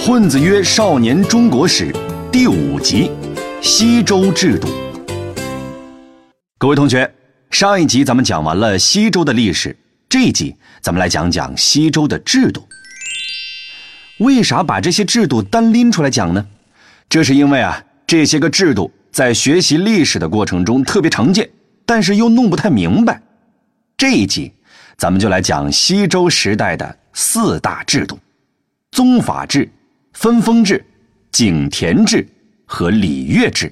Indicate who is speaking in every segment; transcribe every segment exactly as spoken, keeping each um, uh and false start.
Speaker 1: 混子曰少年中国史第五集西周制度。各位同学，上一集咱们讲完了西周的历史，这一集咱们来讲讲西周的制度。为啥把这些制度单拎出来讲呢？这是因为啊，这些个制度在学习历史的过程中特别常见，但是又弄不太明白。这一集咱们就来讲西周时代的四大制度：宗法制、分封制、井田制和礼乐制。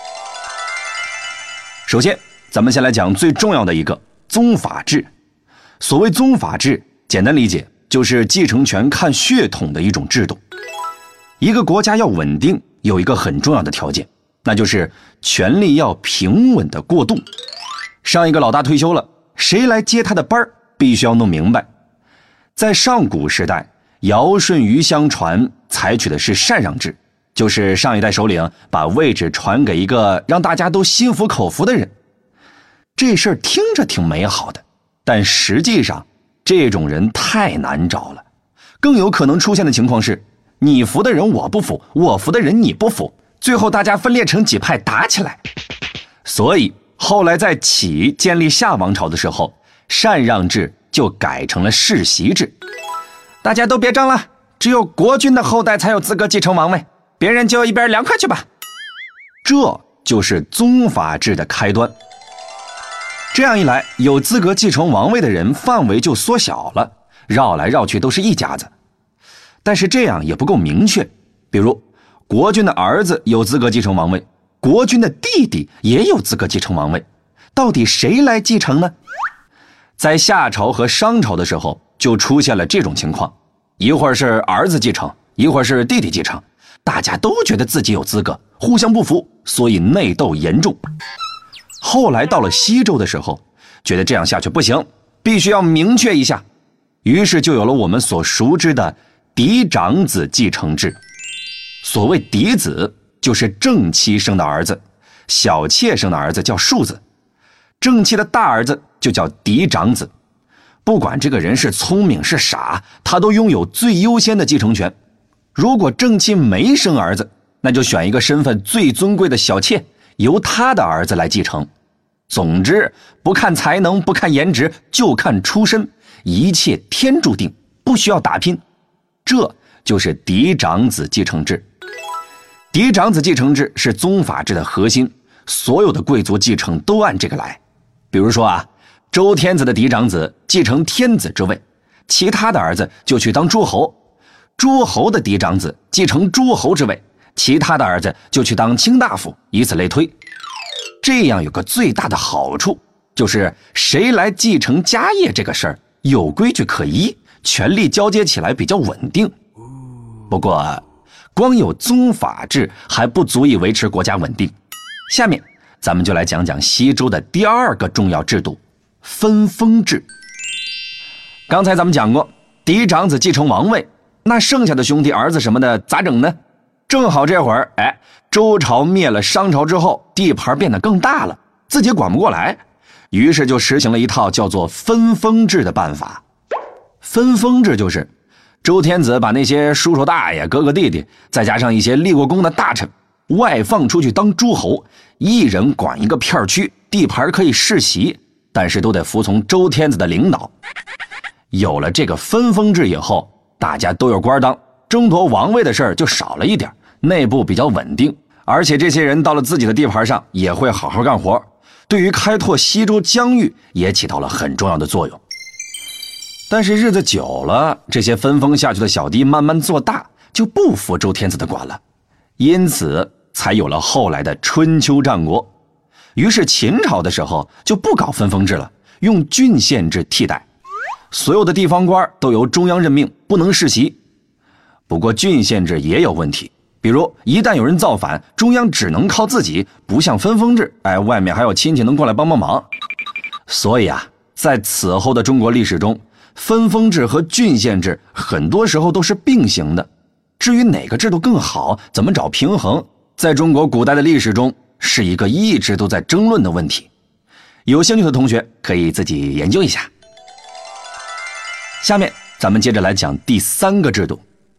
Speaker 1: 首先咱们先来讲最重要的一个宗法制。所谓宗法制，简单理解就是继承权看血统的一种制度。一个国家要稳定，有一个很重要的条件，那就是权力要平稳的过渡。上一个老大退休了，谁来接他的班儿，必须要弄明白。在上古时代，尧舜禹相传采取的是禅让制，就是上一代首领把位置传给一个让大家都心服口服的人。这事儿听着挺美好的，但实际上这种人太难找了。更有可能出现的情况是，你服的人我不服，我服的人你不服，最后大家分裂成几派打起来。所以后来在启建立夏王朝的时候，禅让制就改成了世袭制。大家都别争了，只有国君的后代才有资格继承王位，别人就一边凉快去吧。这就是宗法制的开端。这样一来，有资格继承王位的人范围就缩小了，绕来绕去都是一家子。但是这样也不够明确，比如国君的儿子有资格继承王位，国君的弟弟也有资格继承王位，到底谁来继承呢？在夏朝和商朝的时候就出现了这种情况，一会儿是儿子继承，一会儿是弟弟继承，大家都觉得自己有资格，互相不服，所以内斗严重。后来到了西周的时候，觉得这样下去不行，必须要明确一下，于是就有了我们所熟知的嫡长子继承制。所谓嫡子，就是正妻生的儿子，小妾生的儿子叫庶子，正妻的大儿子就叫嫡长子。不管这个人是聪明是傻，他都拥有最优先的继承权。如果正妻没生儿子，那就选一个身份最尊贵的小妾，由他的儿子来继承。总之，不看才能，不看颜值，就看出身，一切天注定，不需要打拼。这就是嫡长子继承制。嫡长子继承制是宗法制的核心，所有的贵族继承都按这个来。比如说啊，周天子的嫡长子继承天子之位，其他的儿子就去当诸侯；诸侯的嫡长子继承诸侯之位，其他的儿子就去当卿大夫，以此类推。这样有个最大的好处，就是谁来继承家业这个事儿有规矩可依，权力交接起来比较稳定。不过光有宗法制还不足以维持国家稳定。下面咱们就来讲讲西周的第二个重要制度，分封制。刚才咱们讲过，嫡长子继承王位，那剩下的兄弟儿子什么的咋整呢？正好这会儿，哎，周朝灭了商朝之后，地盘变得更大了，自己管不过来，于是就实行了一套叫做分封制的办法。分封制就是周天子把那些叔叔大爷、哥哥弟弟，再加上一些立过功的大臣，外放出去当诸侯，一人管一个片区，地盘可以世袭，但是都得服从周天子的领导。有了这个分封制以后，大家都有官当，争夺王位的事儿就少了一点，内部比较稳定，而且这些人到了自己的地盘上也会好好干活，对于开拓西周疆域也起到了很重要的作用。但是日子久了，这些分封下去的小弟慢慢做大，就不服周天子的管了，因此才有了后来的春秋战国。于是秦朝的时候就不搞分封制了，用郡县制替代，所有的地方官都由中央任命，不能世袭。不过郡县制也有问题，比如一旦有人造反，中央只能靠自己，不像分封制，哎，外面还有亲戚能过来帮帮忙。所以啊，在此后的中国历史中，分封制和郡县制很多时候都是并行的。至于哪个制度更好，怎么找平衡，在中国古代的历史中是一个一直都在争论的问题。有兴趣的同学可以自己研究一下。下面咱们接着来讲第三个制度，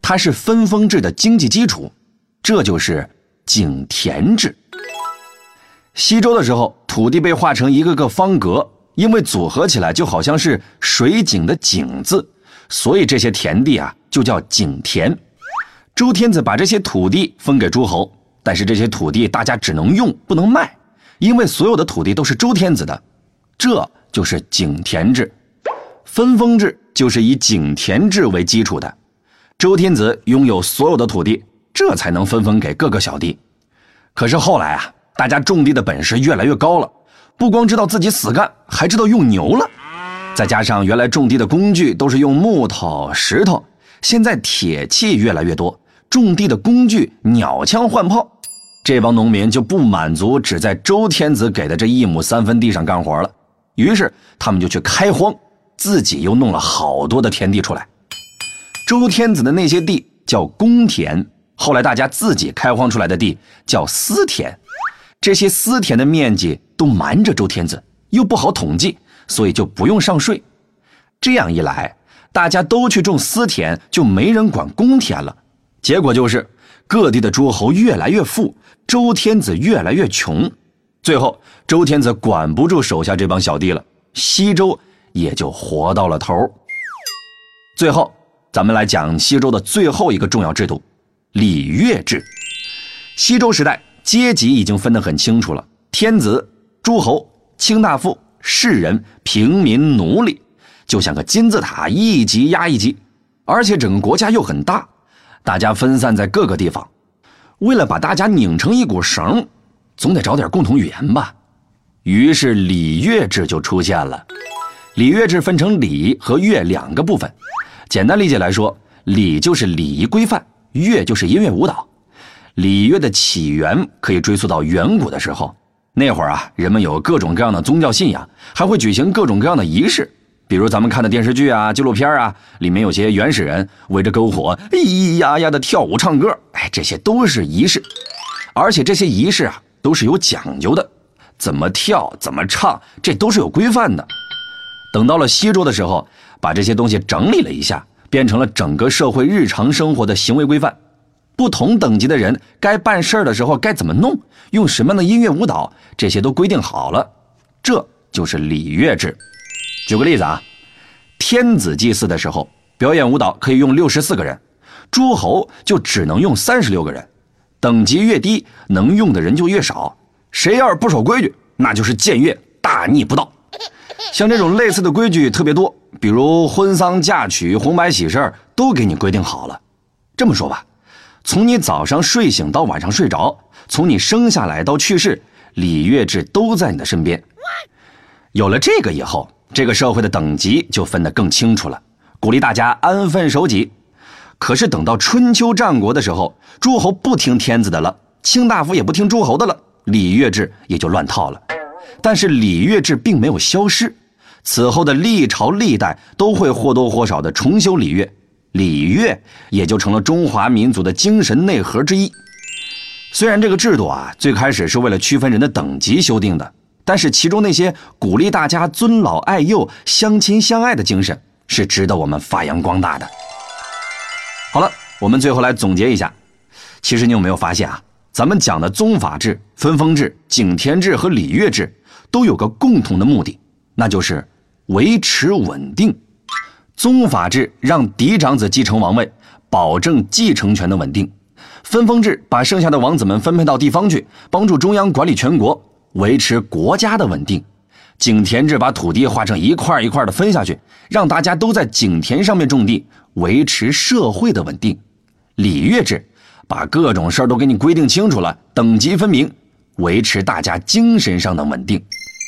Speaker 1: 它是分封制的经济基础，这就是井田制。西周的时候，土地被划成一个个方格，因为组合起来就好像是水井的井字，所以这些田地啊就叫井田。周天子把这些土地分给诸侯，但是这些土地大家只能用不能卖，因为所有的土地都是周天子的，这就是井田制。分封制就是以井田制为基础的，周天子拥有所有的土地，这才能分封给各个小弟。可是后来啊，大家种地的本事越来越高了，不光知道自己死干，还知道用牛了。再加上原来种地的工具都是用木头、石头，现在铁器越来越多，种地的工具鸟枪换炮，这帮农民就不满足只在周天子给的这一亩三分地上干活了，于是他们就去开荒，自己又弄了好多的田地出来。周天子的那些地叫公田，后来大家自己开荒出来的地叫私田。这些私田的面积都瞒着周天子，又不好统计，所以就不用上税。这样一来，大家都去种私田，就没人管公田了。结果就是各地的诸侯越来越富，周天子越来越穷。最后周天子管不住手下这帮小弟了，西周也就活到了头。最后咱们来讲西周的最后一个重要制度，礼乐制。西周时代阶级已经分得很清楚了，天子、诸侯、卿大夫、士人、平民、奴隶，就像个金字塔，一级压一级。而且整个国家又很大，大家分散在各个地方，为了把大家拧成一股绳，总得找点共同语言吧。于是礼乐制就出现了。礼乐制分成礼和乐两个部分，简单理解来说，礼就是礼仪规范，乐就是音乐舞蹈。礼乐的起源可以追溯到远古的时候，那会儿啊，人们有各种各样的宗教信仰，还会举行各种各样的仪式。比如咱们看的电视剧啊、纪录片啊，里面有些原始人围着篝火咿咿呀呀的跳舞唱歌，哎，这些都是仪式。而且这些仪式啊都是有讲究的，怎么跳怎么唱，这都是有规范的。等到了西周的时候，把这些东西整理了一下，变成了整个社会日常生活的行为规范。不同等级的人该办事的时候该怎么弄，用什么样的音乐舞蹈，这些都规定好了，这就是礼乐制。举个例子啊，天子祭祀的时候，表演舞蹈可以用六十四个人，诸侯就只能用三十六个人，等级越低，能用的人就越少。谁要是不守规矩，那就是僭越，大逆不道。像这种类似的规矩特别多，比如婚丧嫁娶、红白喜事都给你规定好了。这么说吧，从你早上睡醒到晚上睡着，从你生下来到去世，礼乐制都在你的身边。有了这个以后，这个社会的等级就分得更清楚了，鼓励大家安分守己。可是等到春秋战国的时候，诸侯不听天子的了，卿大夫也不听诸侯的了，礼乐制也就乱套了。但是礼乐制并没有消失，此后的历朝历代都会或多或少的重修礼乐，礼乐也就成了中华民族的精神内核之一。虽然这个制度啊，最开始是为了区分人的等级修订的，但是其中那些鼓励大家尊老爱幼、相亲相爱的精神，是值得我们发扬光大的。好了，我们最后来总结一下，其实你有没有发现啊，咱们讲的宗法制、分封制、井田制和礼乐制都有个共同的目的，那就是维持稳定。宗法制让嫡长子继承王位，保证继承权的稳定；分封制把剩下的王子们分配到地方去，帮助中央管理全国，维持国家的稳定；井田制把土地划成一块一块的分下去，让大家都在井田上面种地，维持社会的稳定；礼乐制把各种事儿都给你规定清楚了，等级分明，维持大家精神上的稳定。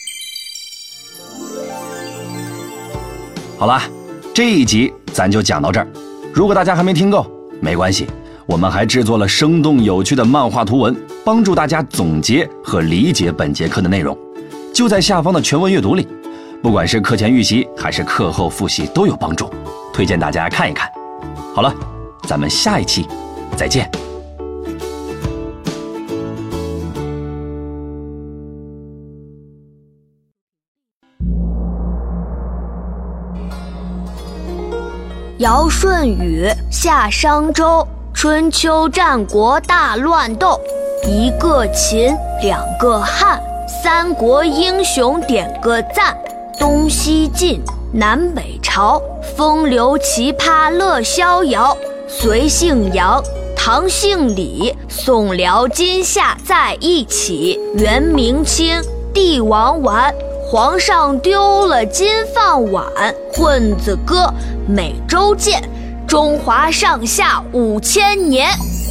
Speaker 1: 好了，这一集咱就讲到这儿。如果大家还没听够，没关系，我们还制作了生动有趣的漫画图文，帮助大家总结和理解本节课的内容，就在下方的全文阅读里，不管是课前预习还是课后复习都有帮助，推荐大家看一看。好了，咱们下一期再见。
Speaker 2: 尧舜禹夏商周，春秋战国大乱斗，一个秦，两个汉，三国英雄点个赞，东西晋，南北朝，风流奇葩乐逍遥，隋姓杨，唐姓李，宋辽金夏在一起，元明清，帝王丸，皇上丢了金饭碗，混子哥，每周见，中华上下五千年。